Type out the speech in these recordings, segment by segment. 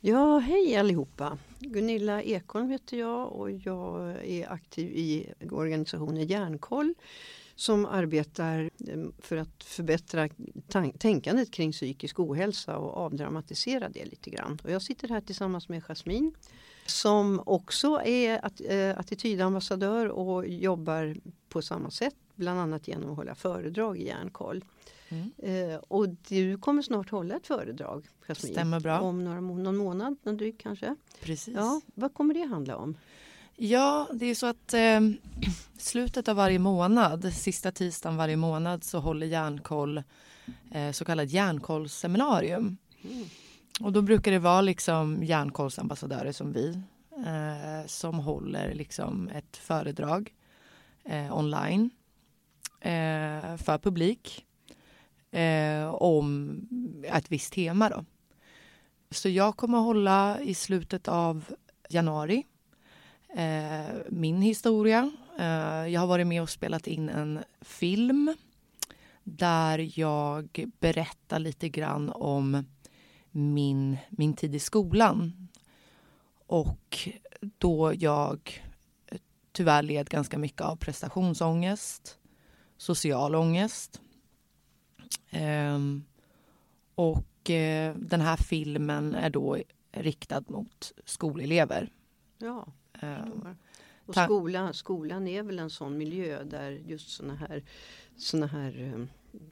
Ja, hej allihopa. Gunilla Ekholm heter jag och jag är aktiv i organisationen Hjärnkoll som arbetar för att förbättra tänkandet kring psykisk ohälsa och avdramatisera det lite grann. Och jag sitter här tillsammans med Jasmine som också är attitydambassadör och jobbar på samma sätt, bland annat genom att hålla föredrag i Hjärnkoll. Och du kommer snart hålla ett föredrag, Jasmine. Stämmer bra. Om någon månad, någon dryg kanske. Precis. Ja, vad kommer det handla om? Ja, det är så att slutet av varje månad, sista tisdagen varje månad, så håller Hjärnkoll så kallat Hjärnkollseminarium. Och då brukar det vara liksom Hjärnkollsambassadörer som vi som håller liksom ett föredrag online för publik om ett visst tema då. Så jag kommer hålla i slutet av januari min historia. Jag har varit med och spelat in en film där jag berättar lite grann om min tid i skolan. Och då jag tyvärr led ganska mycket av prestationsångest, social ångest. Och den här filmen är då riktad mot skolelever. Ja, och skolan är väl en sån miljö där just såna här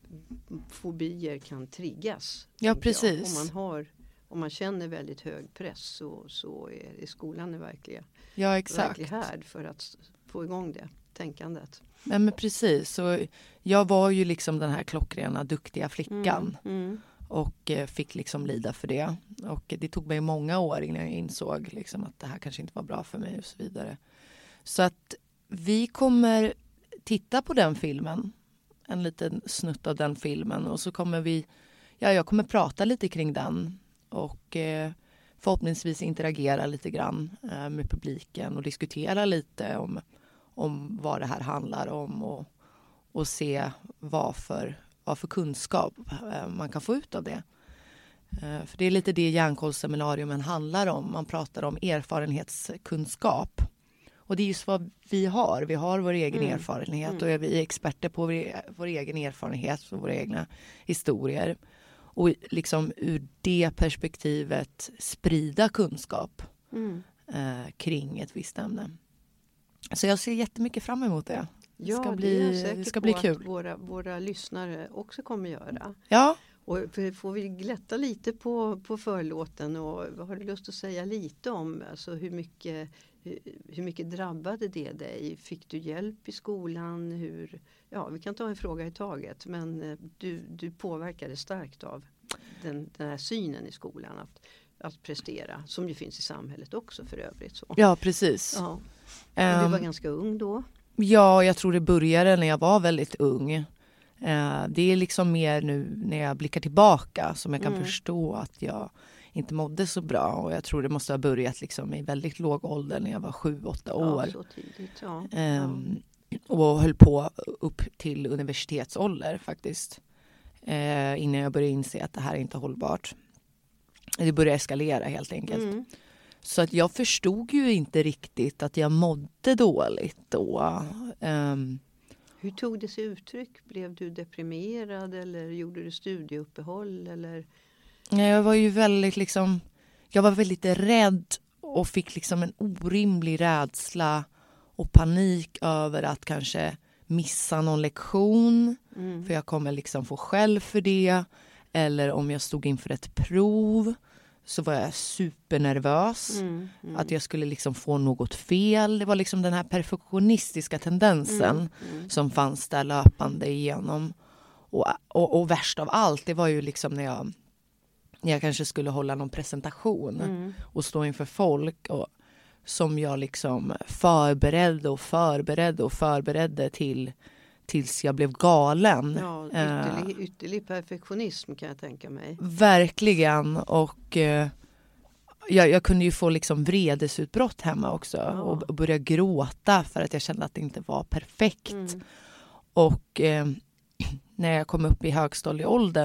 fobier kan triggas. Ja, precis. Om man känner väldigt hög press så är skolan det verkliga härd för att få igång det tänkandet. Ja, men precis. Så jag var ju liksom den här klockrena, duktiga flickan. Och fick liksom lida för det. Och det tog mig många år innan jag insåg liksom att det här kanske inte var bra för mig och så vidare. Så att vi kommer titta på den filmen. En liten snutt av den filmen. Och så kommer jag kommer prata lite kring den. Och förhoppningsvis interagera lite grann med publiken. Och diskutera lite om vad det här handlar om. Och se vad för kunskap man kan få ut av det. För det är lite det Hjärnkollseminariumen handlar om. Man pratar om erfarenhetskunskap. Och det är just vad vi har. Vi har vår egen erfarenhet och vi är experter på vår egen erfarenhet och våra egna historier. Och liksom ur det perspektivet sprida kunskap kring ett visst ämne. Så jag ser jättemycket fram emot det. Det ska bli kul. Att våra lyssnare också kommer göra. Ja. Och får vi glätta lite på förlåten och har du lust att säga lite om alltså hur mycket drabbade det dig? Fick du hjälp i skolan? Vi kan ta en fråga i taget, men du påverkade starkt av den här synen i skolan att prestera, som ju finns i samhället också för övrigt. Så. Ja, precis. Ja. Du var ganska ung då. Ja, jag tror det började när jag var väldigt ung. Det är liksom mer nu när jag blickar tillbaka som jag kan förstå att jag inte mådde så bra. Och jag tror det måste ha börjat liksom i väldigt låg ålder när jag var 7-8 år. Ja, så tidigt, ja. Och höll på upp till universitetsålder faktiskt. Innan jag började inse att det här är inte hållbart. Det började eskalera helt enkelt. Så att jag förstod ju inte riktigt att jag mådde dåligt då. Hur tog det sig uttryck? Blev du deprimerad eller gjorde du studieuppehåll? Eller? Jag var ju väldigt rädd och fick liksom en orimlig rädsla och panik över att kanske missa någon lektion. För jag kommer liksom få skäll för det. Eller om jag stod inför ett prov så var jag supernervös. Att jag skulle liksom få något fel. Det var liksom den här perfektionistiska tendensen som fanns där löpande igenom. Och värst av allt, det var ju liksom när jag kanske skulle hålla någon presentation och stå inför folk och som jag liksom förberedde tills jag blev galen. Ja, ytterlig perfektionism kan jag tänka mig. Verkligen. Och jag kunde ju få liksom vredesutbrott hemma också. Och börja gråta för att jag kände att det inte var perfekt. Och när jag kom upp i högstadieåldern,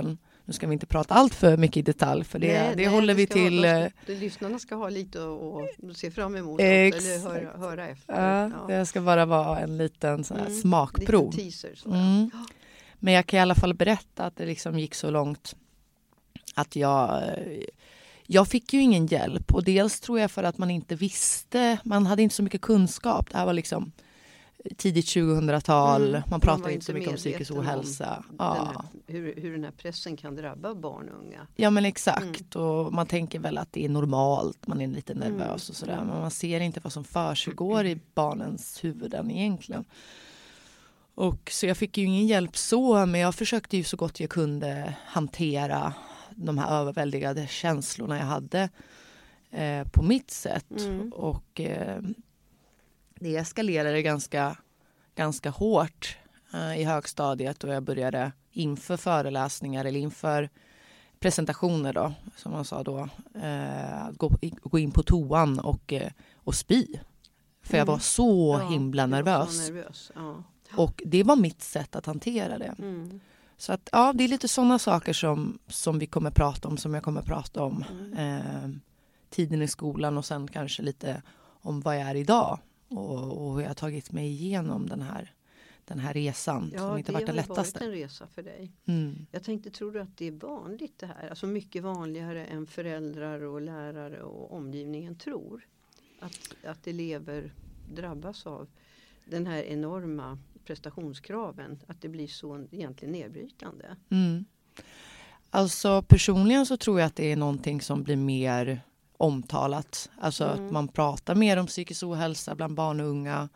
Nu ska vi inte prata allt för mycket i detalj för det håller vi till. Lyssnarna ska ha lite att se fram emot eller höra efter. Ja. Det ska bara vara en liten så här smakprov. Liten teaser. Men jag kan i alla fall berätta att det liksom gick så långt att jag fick ju ingen hjälp. Och dels tror jag för att man inte visste, man hade inte så mycket kunskap. Det här var liksom tidigt 2000-tal, man pratade inte så mycket om psykisk ohälsa. Hur den här pressen kan drabba barn och unga. Ja men exakt, och man tänker väl att det är normalt, man är lite nervös och sådär. Men man ser inte vad som försiggår i barnens huvuden egentligen. Och så jag fick ju ingen hjälp så, men jag försökte ju så gott jag kunde hantera de här överväldigade känslorna jag hade på mitt sätt. Och det eskalerade ganska hårt i högstadiet och jag började inför föreläsningar eller inför presentationer då, som man sa då, gå in på toan och spy. För jag var så himla nervös. Och det var mitt sätt att hantera det. Så att det är lite sådana saker som vi kommer prata om, som jag kommer prata om. Tiden i skolan och sen kanske lite om vad jag är idag. Och hur jag har tagit mig igenom den här resan som inte varit den lättaste. Ja, det har varit en resa för dig. Jag tänkte, tror du att det är vanligt det här? Alltså mycket vanligare än föräldrar och lärare och omgivningen tror. Att elever drabbas av den här enorma prestationskraven. Att det blir så egentligen nedbrytande. Alltså personligen så tror jag att det är någonting som blir mer omtalat. Alltså att man pratar mer om psykisk ohälsa bland barn och unga.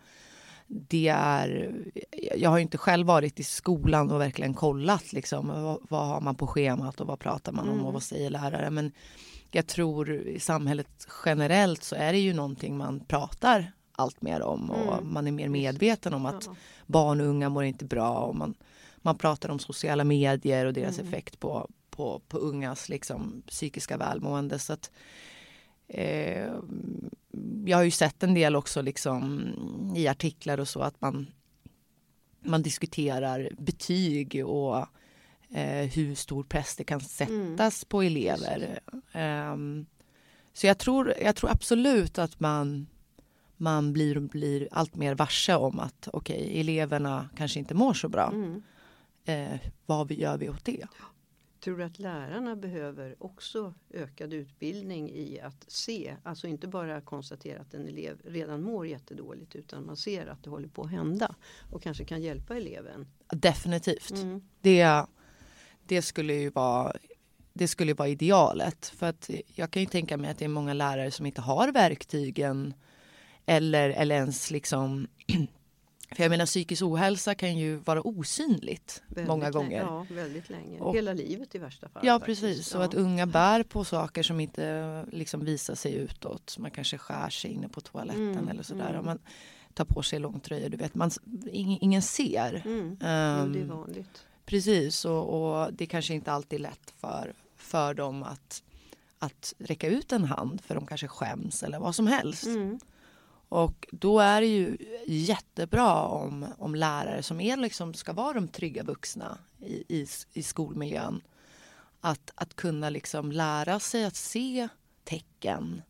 Jag har inte själv varit i skolan och verkligen kollat liksom, vad har man på schemat och vad pratar man om och vad säger lärare. Men jag tror i samhället generellt så är det ju någonting man pratar allt mer om och man är mer medveten om att barn och unga mår inte bra och man pratar om sociala medier och deras effekt på ungas liksom, psykiska välmående. Så att jag har ju sett en del också liksom, i artiklar och så att man diskuterar betyg och hur stor press det kan sättas på elever. Så jag tror absolut att man blir allt mer varse om att eleverna kanske inte mår så bra. Vad gör vi åt det? Tror du att lärarna behöver också ökad utbildning i att se, alltså inte bara konstatera att en elev redan mår jättedåligt utan man ser att det håller på att hända och kanske kan hjälpa eleven? Definitivt. Det skulle ju vara idealet, för att jag kan ju tänka mig att det är många lärare som inte har verktygen eller ens liksom. För jag menar, psykisk ohälsa kan ju vara osynligt många gånger. Ja, väldigt länge. Hela livet i värsta fall. Ja, precis. Och att unga bär på saker som inte liksom visar sig utåt. Man kanske skär sig inne på toaletten eller sådär. Och man tar på sig långtröjor, du vet. Ingen ser. Det är vanligt. Precis, och det kanske inte alltid är lätt för dem att räcka ut en hand. För de kanske skäms eller vad som helst. Och då är det ju jättebra om lärare som liksom ska vara de trygga vuxna i skolmiljön. Att kunna liksom lära sig att se tecken.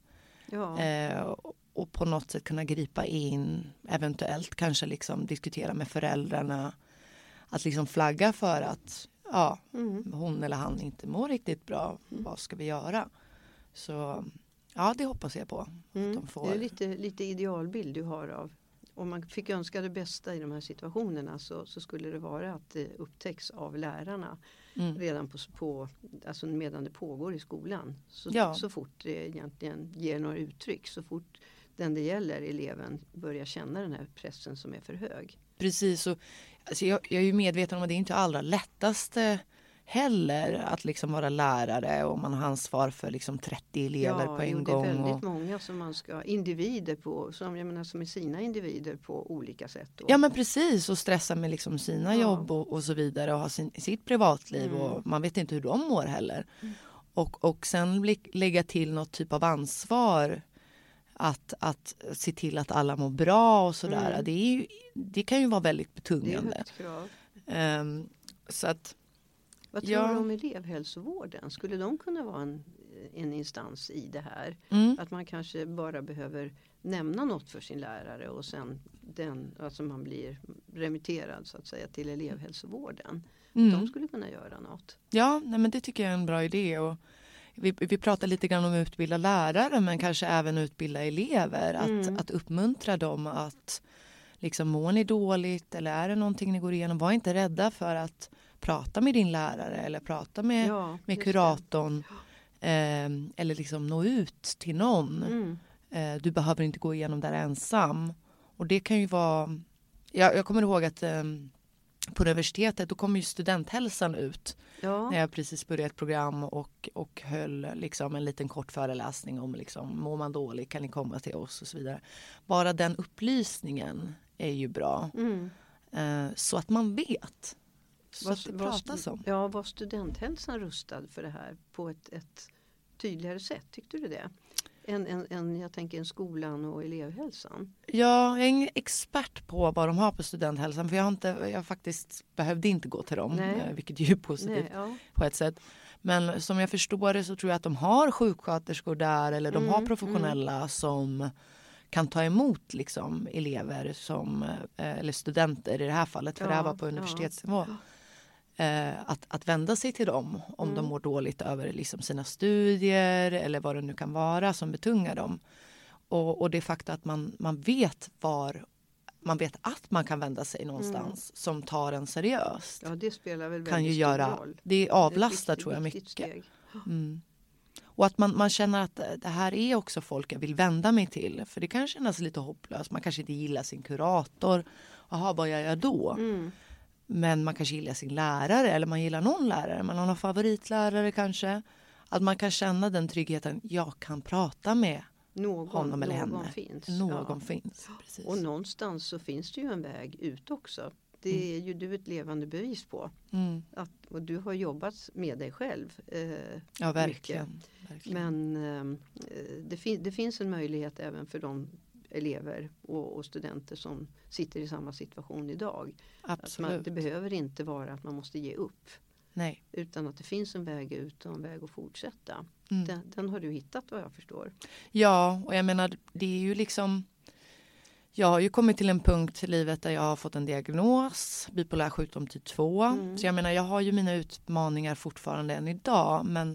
Och på något sätt kunna gripa in. Eventuellt kanske liksom diskutera med föräldrarna. Att liksom flagga för att hon eller han inte mår riktigt bra. Vad ska vi göra? Så ja, det hoppas jag på. Att de får. Det är lite idealbild du har av. Om man fick önska det bästa i de här situationerna så skulle det vara att det upptäcks av lärarna redan alltså medan det pågår i skolan. Så fort det egentligen ger några uttryck, så fort den det gäller, eleven, börjar känna den här pressen som är för hög. Precis, och alltså jag är ju medveten om att det är inte allra lättaste heller att liksom vara lärare och man har ansvar för liksom 30 elever på en gång. Ja, det är väldigt många som man ska individer på, som är sina individer på olika sätt. Ja, men precis, och stressa med liksom sina jobb och så vidare och ha sitt privatliv och man vet inte hur de mår heller. Och sen lägga till något typ av ansvar att se till att alla mår bra och sådär. Det kan ju vara väldigt betungande. Det är högt krav. Så att Vad tror du om elevhälsovården? Skulle de kunna vara en instans i det här? Att man kanske bara behöver nämna något för sin lärare och sen alltså man blir remitterad så att säga till elevhälsovården. De skulle kunna göra något. Ja, nej, men det tycker jag är en bra idé. Och vi pratar lite grann om att utbilda lärare men kanske även utbilda elever. Att uppmuntra dem att liksom, mår ni dåligt eller är det någonting ni går igenom? Var inte rädda för att prata med din lärare eller prata med kuratorn. Eller liksom nå ut till någon. Du behöver inte gå igenom där ensam. Och det kan ju vara... Jag kommer ihåg att på universitetet då kom ju studenthälsan ut. Ja. När jag precis började ett program och höll liksom en liten kort föreläsning om liksom, mår man dåligt kan ni komma till oss och så vidare. Bara den upplysningen är ju bra. Så att man vet. Så att det pratas om. Ja, var studenthälsan rustad för det här på ett tydligare sätt? Tyckte du det? Jag tänker en skolan och elevhälsan. Ja, jag är ingen expert på vad de har på studenthälsan. För jag faktiskt behövde inte gå till dem. Vilket är ju positivt på ett sätt. Men som jag förstår det så tror jag att de har sjuksköterskor där. Eller de har professionella som kan ta emot liksom, elever eller studenter i det här fallet. För det här var på universitetsnivå. Att vända sig till dem om de mår dåligt över liksom sina studier eller vad det nu kan vara som betungar dem. Och det faktum att man vet att man kan vända sig någonstans som tar en seriöst. Ja, det spelar väl kan väldigt stor roll. Det avlastar tror jag mycket. Och att man känner att det här är också folk jag vill vända mig till. För det kan kännas lite hopplöst. Man kanske inte gillar sin kurator. Jaha, vad gör jag då? Men man kanske gillar sin lärare eller man gillar någon lärare. Man har någon favoritlärare kanske. Att man kan känna den tryggheten. Jag kan prata med honom eller henne. Någon finns. Precis. Och någonstans så finns det ju en väg ut också. Det är ju du ett levande bevis på. Och du har jobbat med dig själv. Ja, verkligen. Men det finns en möjlighet även för de elever och studenter som sitter i samma situation idag. Absolut. Det behöver inte vara att man måste ge upp. Nej. Utan att det finns en väg ut och en väg att fortsätta. Den har du hittat vad jag förstår. Ja, och jag menar det är ju liksom... Jag har ju kommit till en punkt i livet där jag har fått en diagnos, bipolär sjukdom typ 2. Så jag menar jag har ju mina utmaningar fortfarande än idag, men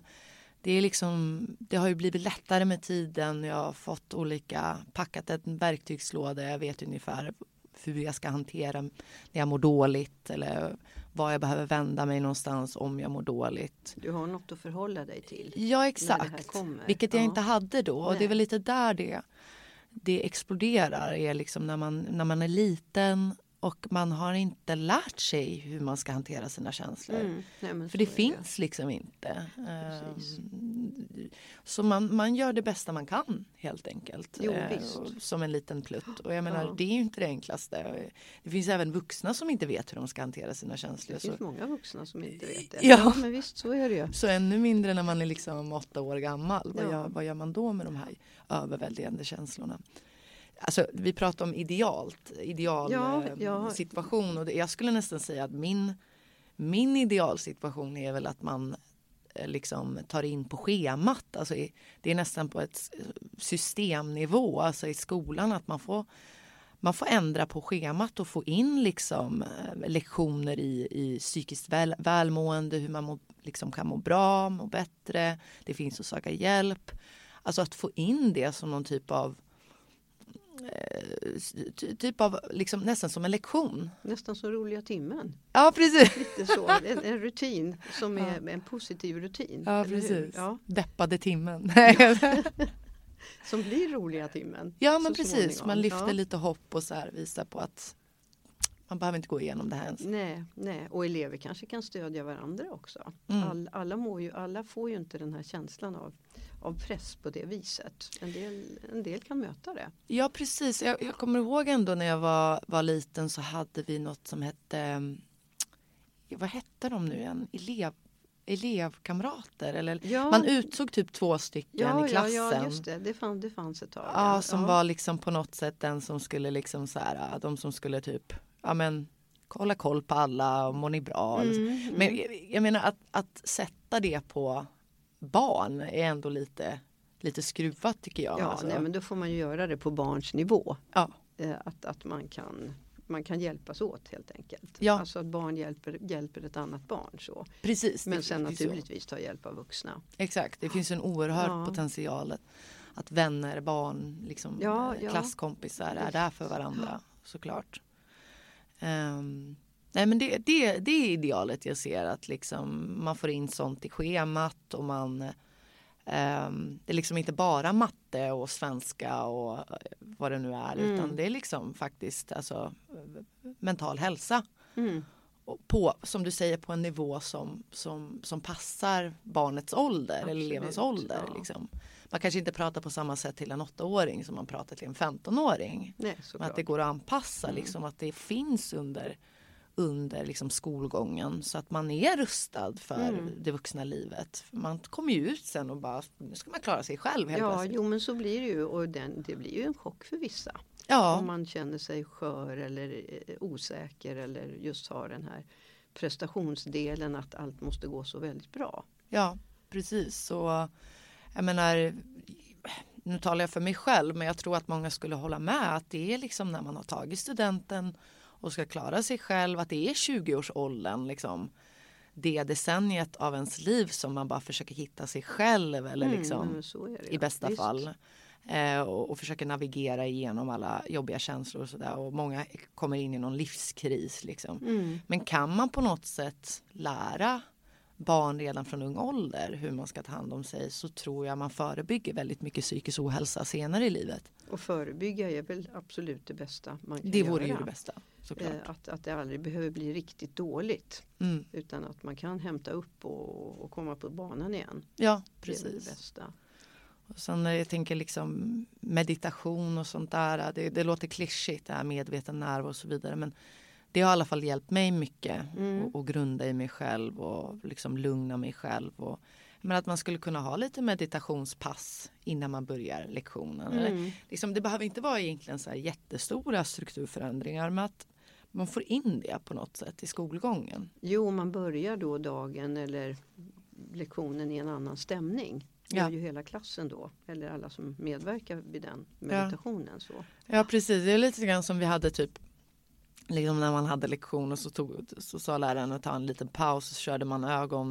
det har ju blivit lättare med tiden. Jag har fått packat en verktygslåda. Jag vet ungefär hur jag ska hantera när jag mår dåligt eller var jag behöver vända mig någonstans om jag mår dåligt. Du har något att förhålla dig till. Ja, exakt. Vilket jag inte hade då. Och det är väl lite där det exploderar är liksom när man är liten och man har inte lärt sig hur man ska hantera sina känslor. För det finns liksom inte. Så man gör det bästa man kan helt enkelt. Jo, som en liten plutt. Och jag menar, det är ju inte det enklaste. Det finns även vuxna som inte vet hur de ska hantera sina känslor. Det finns många vuxna som inte vet det. Ja, men visst, så är det ju. Så ännu mindre när man är liksom 8 år gammal. Vad gör man då med de här överväldigande känslorna? Alltså, vi pratar om ideal situation och jag skulle nästan säga att min idealsituation är väl att man liksom tar in på schemat. Alltså, det är nästan på ett systemnivå, alltså i skolan att man får ändra på schemat och få in liksom lektioner i psykiskt välmående, hur man liksom kan må bra, må bättre. Det finns att söka hjälp. Alltså att få in det som någon typ av liksom, nästan som en lektion. Nästan som roliga timmen. Ja, precis. Lite så. En rutin som är en positiv rutin. Ja, precis. Ja. Deppade timmen. Som blir roliga timmen. Ja, men precis. Man lyfter lite hopp och så här visar på att man behöver inte gå igenom det här ens. Nej. Och elever kanske kan stödja varandra också. Alla får ju inte den här känslan av press på det viset. En del kan möta det. Ja, precis. Jag kommer ihåg ändå när jag var liten så hade vi något som hette... Vad hette de nu igen? Elevkamrater. Eller, man utsåg typ 2 stycken i klassen. Ja, just det. Det fanns ett tag. Ja, som var liksom på något sätt den som skulle liksom så här... De som skulle typ... Ja, men hålla koll på alla och mår ni bra. Men jag menar att sätta det på barn är ändå lite skruvat tycker jag. Ja, alltså. nej, men då får man ju göra det på barns nivå. Ja. Att man kan hjälpas åt helt enkelt. Ja. Alltså att barn hjälper ett annat barn så. Precis. Men sen naturligtvis ta hjälp av vuxna. Exakt, det finns en oerhörd potential att vänner, barn, liksom, klasskompisar är där för varandra såklart. Nej men det är idealet jag ser, att liksom man får in sånt i schemat och man det är liksom inte bara matte och svenska och vad det nu är utan det är liksom faktiskt alltså mental hälsa. På, som du säger, på en nivå som passar barnets ålder. Absolut, eller elevens ålder. Ja. Liksom. Man kanske inte pratar på samma sätt till en 8-åring som man pratar till en 15-åring. Nej, men att det går att anpassa, liksom, att det finns under liksom skolgången så att man är rustad för det vuxna livet. Man kommer ju ut sen och bara, nu ska man klara sig själv helt plötsligt. Jo men så blir det ju, och det blir ju en chock för vissa. Ja. Om man känner sig skör eller osäker eller just har den här prestationsdelen att allt måste gå så väldigt bra. Ja, precis. Så jag menar, nu talar jag för mig själv, men jag tror att många skulle hålla med att det är liksom när man har tagit studenten och ska klara sig själv, att det är 20-årsåldern liksom. Det decenniet av ens liv som man bara försöker hitta sig själv eller liksom, i bästa fall. Och försöker navigera igenom alla jobbiga känslor och sådär. Och många kommer in i någon livskris liksom. Men kan man på något sätt lära barn redan från ung ålder hur man ska ta hand om sig, så tror jag man förebygger väldigt mycket psykisk ohälsa senare i livet. Och förebygga är väl absolut det bästa man kan göra. Det vore göra. ju det bästa, såklart. Att det aldrig behöver bli riktigt dåligt. Utan att man kan hämta upp och komma på banan igen. Ja, precis. Det är det bästa. Och sen när jag tänker liksom meditation och sånt där, det låter klyschigt, det här medveten nerv och så vidare, men det har i alla fall hjälpt mig mycket och grunda i mig själv och liksom lugna mig själv. Men att man skulle kunna ha lite meditationspass innan man börjar lektionen. Liksom, det behöver inte vara egentligen så här jättestora strukturförändringar, men att man får in det på något sätt i skolgången. Jo, man börjar då dagen eller lektionen i en annan stämning. Det är ju hela klassen då, eller alla som medverkar vid den meditationen. Så. Ja, precis. Det är lite grann som vi hade typ liksom när man hade lektion och så sa läraren att ta en liten paus och så körde man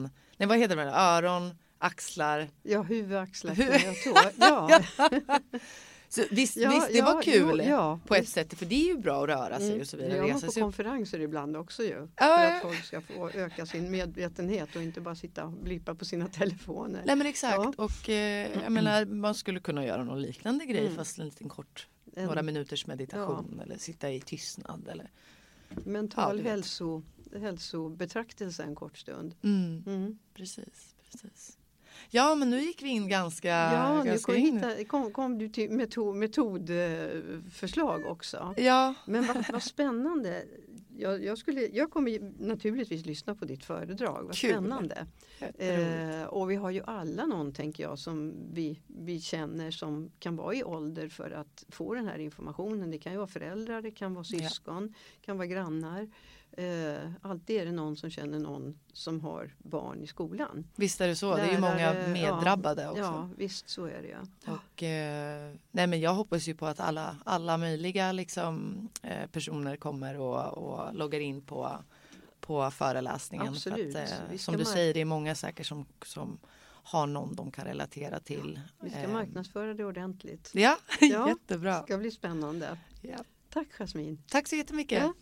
öron, axlar. Ja, huvud, axlar, ja. Så visst, det var kul på ett sätt, för det är ju bra att röra sig och så vidare. Det gör man på konferenser ibland också ju. För att folk ska få öka sin medvetenhet och inte bara sitta och blippa på sina telefoner. Nej men exakt, och jag menar man skulle kunna göra någon liknande grej fast en liten kort, några minuters meditation eller sitta i tystnad. Eller mental hälsobetraktelse en kort stund. Precis. Ja, men nu gick vi in ganska kom du till metodförslag också. Ja. Men vad spännande. Jag kommer ju naturligtvis lyssna på ditt föredrag. Vad spännande. Och vi har ju alla någon, tänker jag, som vi känner som kan vara i ålder för att få den här informationen. Det kan ju vara föräldrar, det kan vara syskon, det kan vara grannar. Alltid är det någon som känner någon som har barn i skolan. Visst är det så, det är ju många meddrabbade också. Ja, visst så är det ju. Och nej, men jag hoppas ju på att alla möjliga liksom, personer kommer och loggar in på föreläsningen. Absolut. För att, som du säger, det är många säkert som har någon de kan relatera till. Vi ska marknadsföra det ordentligt. Ja, jättebra. Det ska bli spännande. Ja. Tack Jasmin. Tack så jättemycket. Ja.